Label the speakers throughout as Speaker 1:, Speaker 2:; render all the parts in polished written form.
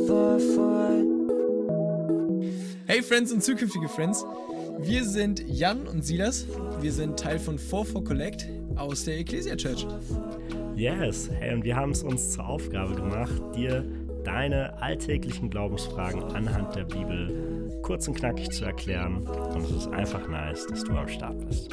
Speaker 1: Hey Friends und zukünftige Friends, wir sind Jan und Silas, wir sind Teil von 4 Collect aus der Ecclesia Church.
Speaker 2: Yes, hey, und wir haben es uns zur Aufgabe gemacht, dir deine alltäglichen Glaubensfragen anhand der Bibel kurz und knackig zu erklären. Und es ist einfach nice, dass du am Start bist.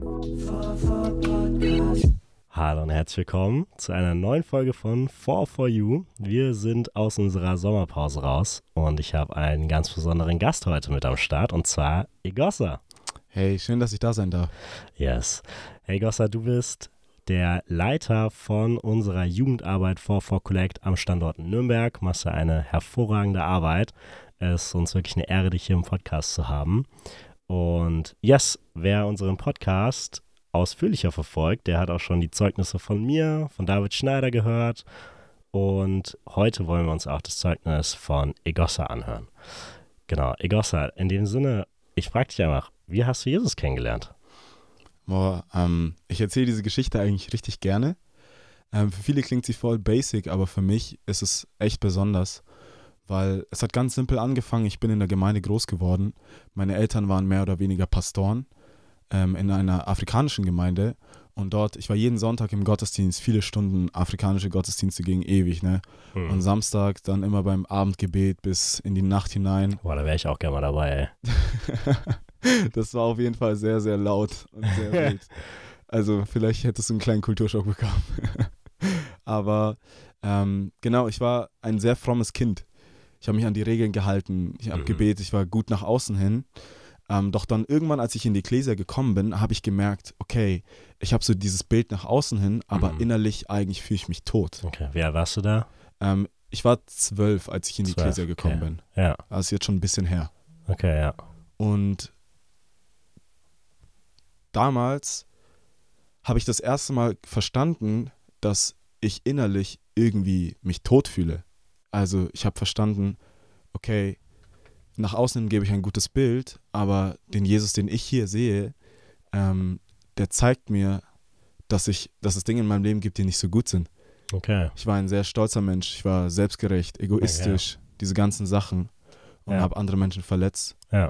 Speaker 2: Hallo und herzlich willkommen zu einer neuen Folge von 4 Wir sind aus unserer Sommerpause raus und ich habe einen ganz besonderen Gast heute mit am Start, und zwar Egossa.
Speaker 3: Hey, schön, dass ich da sein darf.
Speaker 2: Yes. Hey Egossa, du bist der Leiter von unserer Jugendarbeit 4 Collect am Standort Nürnberg. Machst du eine hervorragende Arbeit. Es ist uns wirklich eine Ehre, dich hier im Podcast zu haben. Und yes, wer unseren Podcast ausführlicher verfolgt, der hat auch schon die Zeugnisse von mir, von David Schneider gehört. Und heute wollen wir uns auch das Zeugnis von Egossa anhören. Genau, Egossa, in dem Sinne, ich frage dich einfach, wie hast du Jesus kennengelernt?
Speaker 3: Ich erzähle diese Geschichte eigentlich richtig gerne. Für viele klingt sie voll basic, aber für mich ist es echt besonders, weil es hat ganz simpel angefangen. Ich bin in der Gemeinde groß geworden. Meine Eltern waren mehr oder weniger Pastoren in einer afrikanischen Gemeinde, und dort, ich war jeden Sonntag im Gottesdienst, viele Stunden, afrikanische Gottesdienste gingen ewig, ne? Und Samstag dann immer beim Abendgebet bis in die Nacht hinein.
Speaker 2: Boah, da wäre ich auch gerne mal dabei, ey.
Speaker 3: Das war auf jeden Fall sehr, sehr laut und sehr wild. Also vielleicht hättest du einen kleinen Kulturschock bekommen. Aber genau, ich war ein sehr frommes Kind. Ich habe mich an die Regeln gehalten, ich habe gebetet, ich war gut nach außen hin. Doch dann irgendwann, als ich in die Ecclesia gekommen bin, habe ich gemerkt, okay, ich habe so dieses Bild nach außen hin, aber innerlich eigentlich fühle ich mich tot.
Speaker 2: Okay, wie alt warst du da?
Speaker 3: Ich war 12, als ich in die Ecclesia gekommen bin.
Speaker 2: Ja.
Speaker 3: Also jetzt schon ein bisschen her.
Speaker 2: Okay, ja.
Speaker 3: Und damals habe ich das erste Mal verstanden, dass ich innerlich irgendwie mich tot fühle. Also ich habe verstanden, okay, nach außen hin gebe ich ein gutes Bild, aber den Jesus, den ich hier sehe, der zeigt mir, dass es Dinge in meinem Leben gibt, die nicht so gut sind.
Speaker 2: Okay.
Speaker 3: Ich war ein sehr stolzer Mensch, ich war selbstgerecht, egoistisch, diese ganzen Sachen, und habe andere Menschen verletzt.
Speaker 2: Ja.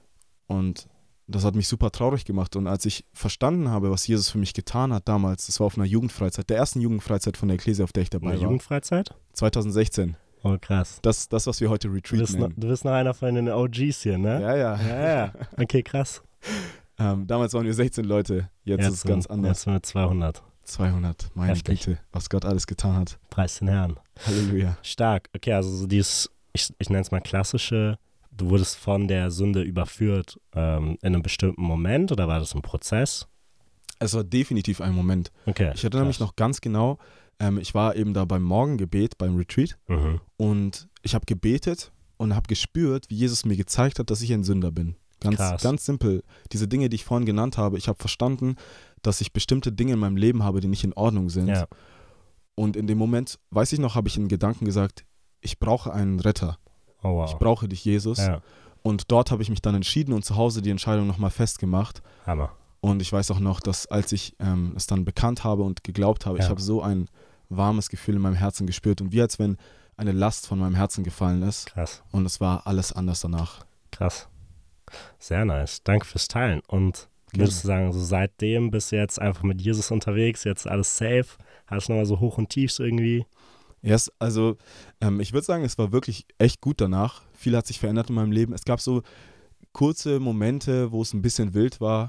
Speaker 3: Und das hat mich super traurig gemacht. Und als ich verstanden habe, was Jesus für mich getan hat damals, das war auf einer Jugendfreizeit, der ersten Jugendfreizeit von der Ecclesia, auf der ich dabei war.
Speaker 2: Jugendfreizeit?
Speaker 3: 2016.
Speaker 2: Oh, krass.
Speaker 3: Das, was wir heute Retreat nennen.
Speaker 2: Du bist noch einer von den OGs hier, ne?
Speaker 3: Ja.
Speaker 2: Okay, krass.
Speaker 3: Damals waren wir 16 Leute, jetzt ist es ganz anders.
Speaker 2: Jetzt sind wir 200.
Speaker 3: 200, meine
Speaker 2: Heftig.
Speaker 3: Güte, was Gott alles getan hat.
Speaker 2: Preis den Herrn.
Speaker 3: Halleluja.
Speaker 2: Stark. Okay, also so dieses, ich nenne es mal klassische, du wurdest von der Sünde überführt in einem bestimmten Moment, oder war das ein Prozess?
Speaker 3: Es war definitiv ein Moment.
Speaker 2: Okay.
Speaker 3: Ich erinnere mich noch ganz genau, ich war eben da beim Morgengebet, beim Retreat, und ich habe gebetet und habe gespürt, wie Jesus mir gezeigt hat, dass ich ein Sünder bin. Ganz simpel. Diese Dinge, die ich vorhin genannt habe, ich habe verstanden, dass ich bestimmte Dinge in meinem Leben habe, die nicht in Ordnung sind.
Speaker 2: Ja.
Speaker 3: Und in dem Moment, weiß ich noch, habe ich in Gedanken gesagt, ich brauche einen Retter.
Speaker 2: Oh, wow.
Speaker 3: Ich brauche dich, Jesus.
Speaker 2: Ja.
Speaker 3: Und dort habe ich mich dann entschieden und zu Hause die Entscheidung nochmal festgemacht.
Speaker 2: Hammer.
Speaker 3: Und ich weiß auch noch, dass als ich es dann bekannt habe und geglaubt habe, ich habe so ein warmes Gefühl in meinem Herzen gespürt, und wie als wenn eine Last von meinem Herzen gefallen ist.
Speaker 2: Krass.
Speaker 3: Und es war alles anders danach.
Speaker 2: Krass. Sehr nice. Danke fürs Teilen. Und würdest du sagen, so seitdem bist du jetzt einfach mit Jesus unterwegs, jetzt alles safe? Hast du nochmal so Hoch und Tiefs irgendwie?
Speaker 3: Yes, also ich würde sagen, es war wirklich echt gut danach. Viel hat sich verändert in meinem Leben. Es gab so kurze Momente, wo es ein bisschen wild war,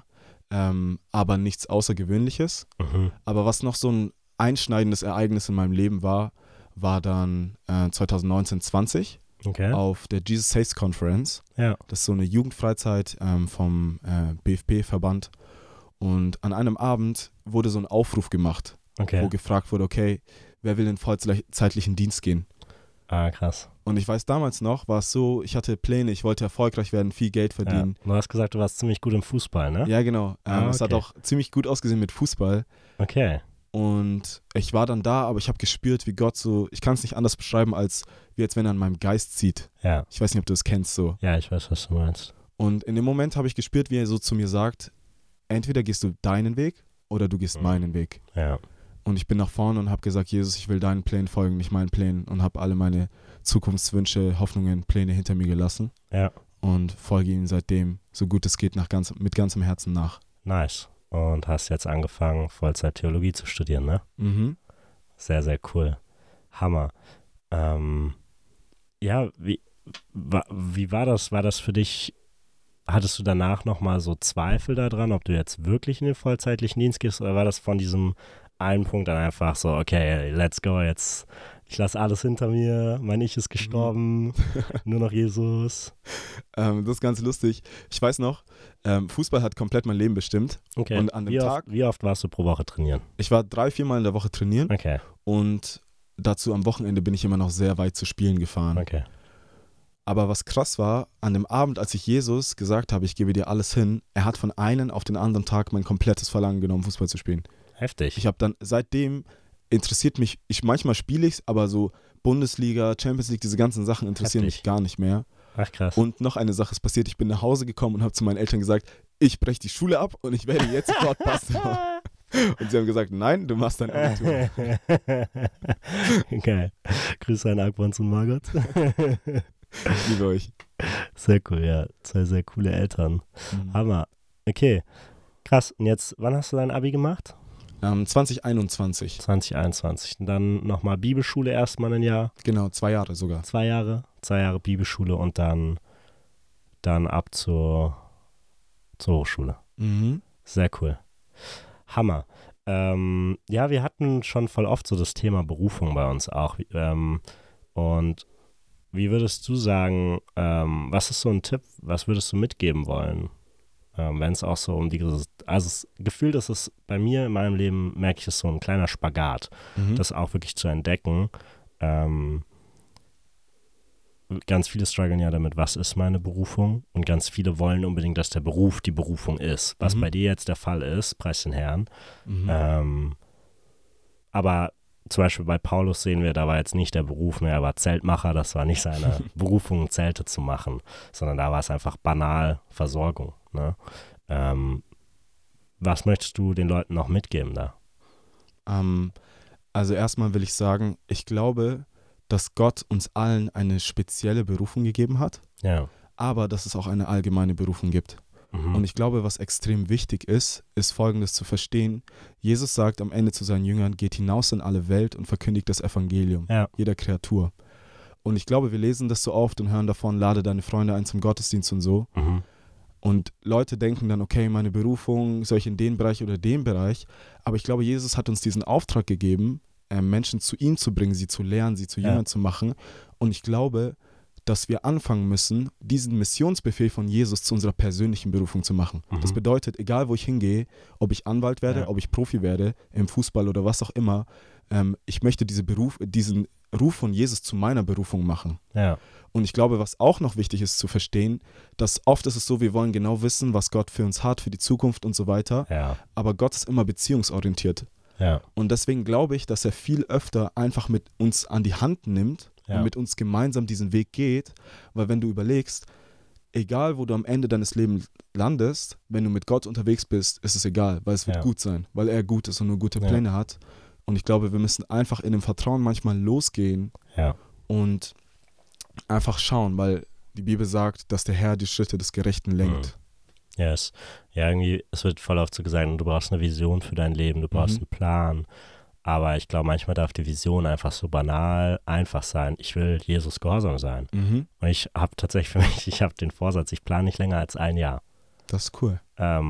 Speaker 3: aber nichts Außergewöhnliches. Aber was noch so ein einschneidendes Ereignis in meinem Leben war dann 2019-20 auf der Jesus Saves Conference.
Speaker 2: Ja.
Speaker 3: Das ist so eine Jugendfreizeit vom BFP-Verband. Und an einem Abend wurde so ein Aufruf gemacht, wo gefragt wurde, okay, wer will in vollzeitlichen Dienst gehen?
Speaker 2: Ah, krass.
Speaker 3: Und ich weiß, damals noch war es so, ich hatte Pläne, ich wollte erfolgreich werden, viel Geld verdienen.
Speaker 2: Ja. Du hast gesagt, du warst ziemlich gut im Fußball, ne?
Speaker 3: Ja, genau. Es hat auch ziemlich gut ausgesehen mit Fußball.
Speaker 2: Okay.
Speaker 3: Und ich war dann da, aber ich habe gespürt, wie Gott so, ich kann es nicht anders beschreiben, als wenn er an meinem Geist zieht.
Speaker 2: Ja.
Speaker 3: Ich weiß nicht, ob du das kennst so.
Speaker 2: Ja, ich weiß, was du meinst.
Speaker 3: Und in dem Moment habe ich gespürt, wie er so zu mir sagt, entweder gehst du deinen Weg oder du gehst meinen Weg.
Speaker 2: Ja.
Speaker 3: Und ich bin nach vorne und habe gesagt, Jesus, ich will deinen Plänen folgen, nicht meinen Plänen. Und habe alle meine Zukunftswünsche, Hoffnungen, Pläne hinter mir gelassen.
Speaker 2: Ja.
Speaker 3: Und folge ihnen seitdem, so gut es geht, mit ganzem Herzen nach.
Speaker 2: Nice. Und hast jetzt angefangen, Vollzeit Theologie zu studieren, ne?
Speaker 3: Mhm.
Speaker 2: Sehr, sehr cool. Hammer. Ja, wie war das? War das für dich, hattest du danach nochmal so Zweifel daran, ob du jetzt wirklich in den vollzeitlichen Dienst gehst, oder war das von diesem einen Punkt dann einfach so, okay, let's go, jetzt, ich lasse alles hinter mir, mein Ich ist gestorben, nur noch Jesus.
Speaker 3: Das ist ganz lustig. Ich weiß noch, Fußball hat komplett mein Leben bestimmt.
Speaker 2: Okay,
Speaker 3: Und an dem Tag,
Speaker 2: wie oft warst du pro Woche trainieren?
Speaker 3: ich war 3-4 Mal in der Woche trainieren.
Speaker 2: Okay,
Speaker 3: Und dazu am Wochenende bin ich immer noch sehr weit zu Spielen gefahren.
Speaker 2: okay.
Speaker 3: Aber was krass war, an dem Abend, als ich Jesus gesagt habe, ich gebe dir alles hin, er hat von einem auf den anderen Tag mein komplettes Verlangen genommen, Fußball zu spielen.
Speaker 2: Heftig.
Speaker 3: Ich habe dann, seitdem interessiert mich, manchmal spiele ich es, aber so Bundesliga, Champions League, diese ganzen Sachen interessieren
Speaker 2: Heftig.
Speaker 3: mich gar nicht mehr.
Speaker 2: Ach, krass.
Speaker 3: Und noch eine Sache ist passiert, ich bin nach Hause gekommen und habe zu meinen Eltern gesagt, ich breche die Schule ab und ich werde jetzt sofort Pastor. Und sie haben gesagt, nein, du machst dein Abitur.
Speaker 2: Geil. Grüße an Agbons und Margot.
Speaker 3: Ich liebe euch.
Speaker 2: Sehr cool, ja. 2 sehr coole Eltern. Hammer. Okay. Krass. Und jetzt, wann hast du dein Abi gemacht?
Speaker 3: 2021.
Speaker 2: 2021. Und dann nochmal Bibelschule erstmal ein Jahr.
Speaker 3: Genau, 2 Jahre sogar.
Speaker 2: 2 Jahre. 2 Jahre Bibelschule und dann ab zur Hochschule.
Speaker 3: Mhm.
Speaker 2: Sehr cool. Hammer. Ja, wir hatten schon voll oft so das Thema Berufung bei uns auch. Und wie würdest du sagen, was ist so ein Tipp, was würdest du mitgeben wollen? Wenn es auch so um das Gefühl, dass es bei mir in meinem Leben, merke ich, ist so ein kleiner Spagat, das auch wirklich zu entdecken. Ganz viele strugglen ja damit, was ist meine Berufung? Und ganz viele wollen unbedingt, dass der Beruf die Berufung ist. Was bei dir jetzt der Fall ist, preis den Herrn. Aber zum Beispiel bei Paulus sehen wir, da war jetzt nicht der Beruf mehr, er war Zeltmacher, das war nicht seine Berufung, Zelte zu machen, sondern da war es einfach banal Versorgung. Ne? Was möchtest du den Leuten noch mitgeben da?
Speaker 3: Also erstmal will ich sagen, ich glaube, dass Gott uns allen eine spezielle Berufung gegeben hat,
Speaker 2: Ja.
Speaker 3: aber dass es auch eine allgemeine Berufung gibt. Und ich glaube, was extrem wichtig ist Folgendes zu verstehen. Jesus sagt am Ende zu seinen Jüngern, geht hinaus in alle Welt und verkündigt das Evangelium, jeder Kreatur. Und ich glaube, wir lesen das so oft und hören davon, lade deine Freunde ein zum Gottesdienst und so. Und Leute denken dann, okay, meine Berufung, soll ich in den Bereich oder den Bereich? Aber ich glaube, Jesus hat uns diesen Auftrag gegeben, Menschen zu ihm zu bringen, sie zu lernen, sie zu Jüngern zu machen. Und ich glaube, dass wir anfangen müssen, diesen Missionsbefehl von Jesus zu unserer persönlichen Berufung zu machen. Das bedeutet, egal wo ich hingehe, ob ich Anwalt werde, ob ich Profi werde, im Fußball oder was auch immer, ich möchte diesen Ruf von Jesus zu meiner Berufung machen.
Speaker 2: Ja.
Speaker 3: Und ich glaube, was auch noch wichtig ist zu verstehen, dass oft ist es so, wir wollen genau wissen, was Gott für uns hat, für die Zukunft und so weiter, aber Gott ist immer beziehungsorientiert.
Speaker 2: Ja.
Speaker 3: Und deswegen glaube ich, dass er viel öfter einfach mit uns an die Hand nimmt und mit uns gemeinsam diesen Weg geht, weil wenn du überlegst, egal wo du am Ende deines Lebens landest, wenn du mit Gott unterwegs bist, ist es egal, weil es wird gut sein, weil er gut ist und nur gute Pläne hat. Und ich glaube, wir müssen einfach in dem Vertrauen manchmal losgehen und einfach schauen, weil die Bibel sagt, dass der Herr die Schritte des Gerechten lenkt.
Speaker 2: Yes. Ja, irgendwie, es wird voll oft so gesagt, du brauchst eine Vision für dein Leben, du brauchst einen Plan. Aber ich glaube, manchmal darf die Vision einfach so banal einfach sein. Ich will Jesus gehorsam sein. Und ich habe tatsächlich für mich, ich habe den Vorsatz, ich plane nicht länger als 1 Jahr.
Speaker 3: Das ist cool.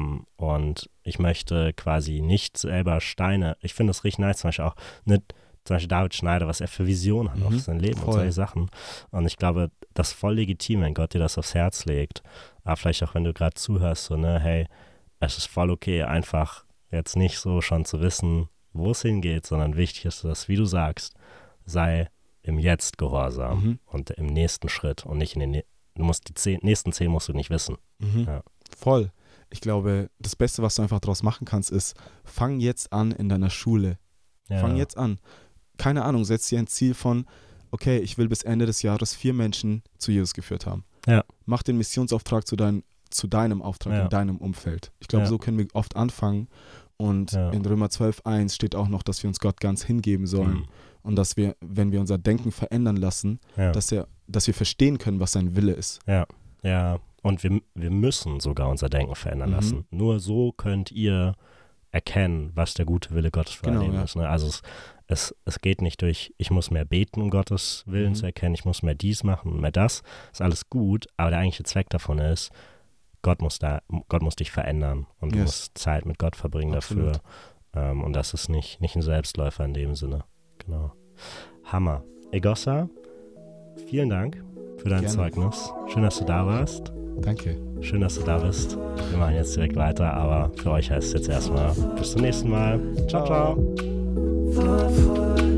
Speaker 2: Und ich möchte quasi nicht selber Steine, ich finde es richtig nice, zum Beispiel auch, zum Beispiel David Schneider, was er für Visionen hat auf sein Leben und solche Sachen. Und ich glaube, das ist voll legitim, wenn Gott dir das aufs Herz legt. Aber vielleicht auch, wenn du gerade zuhörst, so, ne, hey, es ist voll okay, einfach jetzt nicht so schon zu wissen, wo es hingeht, sondern wichtig ist, dass, wie du sagst, sei im Jetzt gehorsam und im nächsten Schritt und nicht du musst nächsten 10 musst du nicht wissen. Ja.
Speaker 3: Voll. Ich glaube, das Beste, was du einfach daraus machen kannst, ist, fang jetzt an in deiner Schule. Fang jetzt an. Keine Ahnung, setz dir ein Ziel von, okay, ich will bis Ende des Jahres 4 Menschen zu Jesus geführt haben.
Speaker 2: Ja.
Speaker 3: Mach den Missionsauftrag zu deinem Auftrag in deinem Umfeld. Ich glaube, so können wir oft anfangen Und in Römer 12,1 steht auch noch, dass wir uns Gott ganz hingeben sollen. Und dass wir, wenn wir unser Denken verändern lassen, dass wir verstehen können, was sein Wille ist.
Speaker 2: Ja. Und wir müssen sogar unser Denken verändern lassen. Nur so könnt ihr erkennen, was der gute Wille Gottes für euer Leben ist. Ne? Also es geht nicht durch, ich muss mehr beten, um Gottes Willen zu erkennen, ich muss mehr dies machen und mehr das. Ist alles gut, aber der eigentliche Zweck davon ist, Gott muss dich verändern und du musst Zeit mit Gott verbringen dafür. Und das ist nicht ein Selbstläufer in dem Sinne. Genau. Hammer. Egossa, vielen Dank für dein Zeugnis. Schön, dass du da warst.
Speaker 3: Danke.
Speaker 2: Schön, dass du da bist. Wir machen jetzt direkt weiter, aber für euch heißt es jetzt erstmal bis zum nächsten Mal. Ciao, ciao.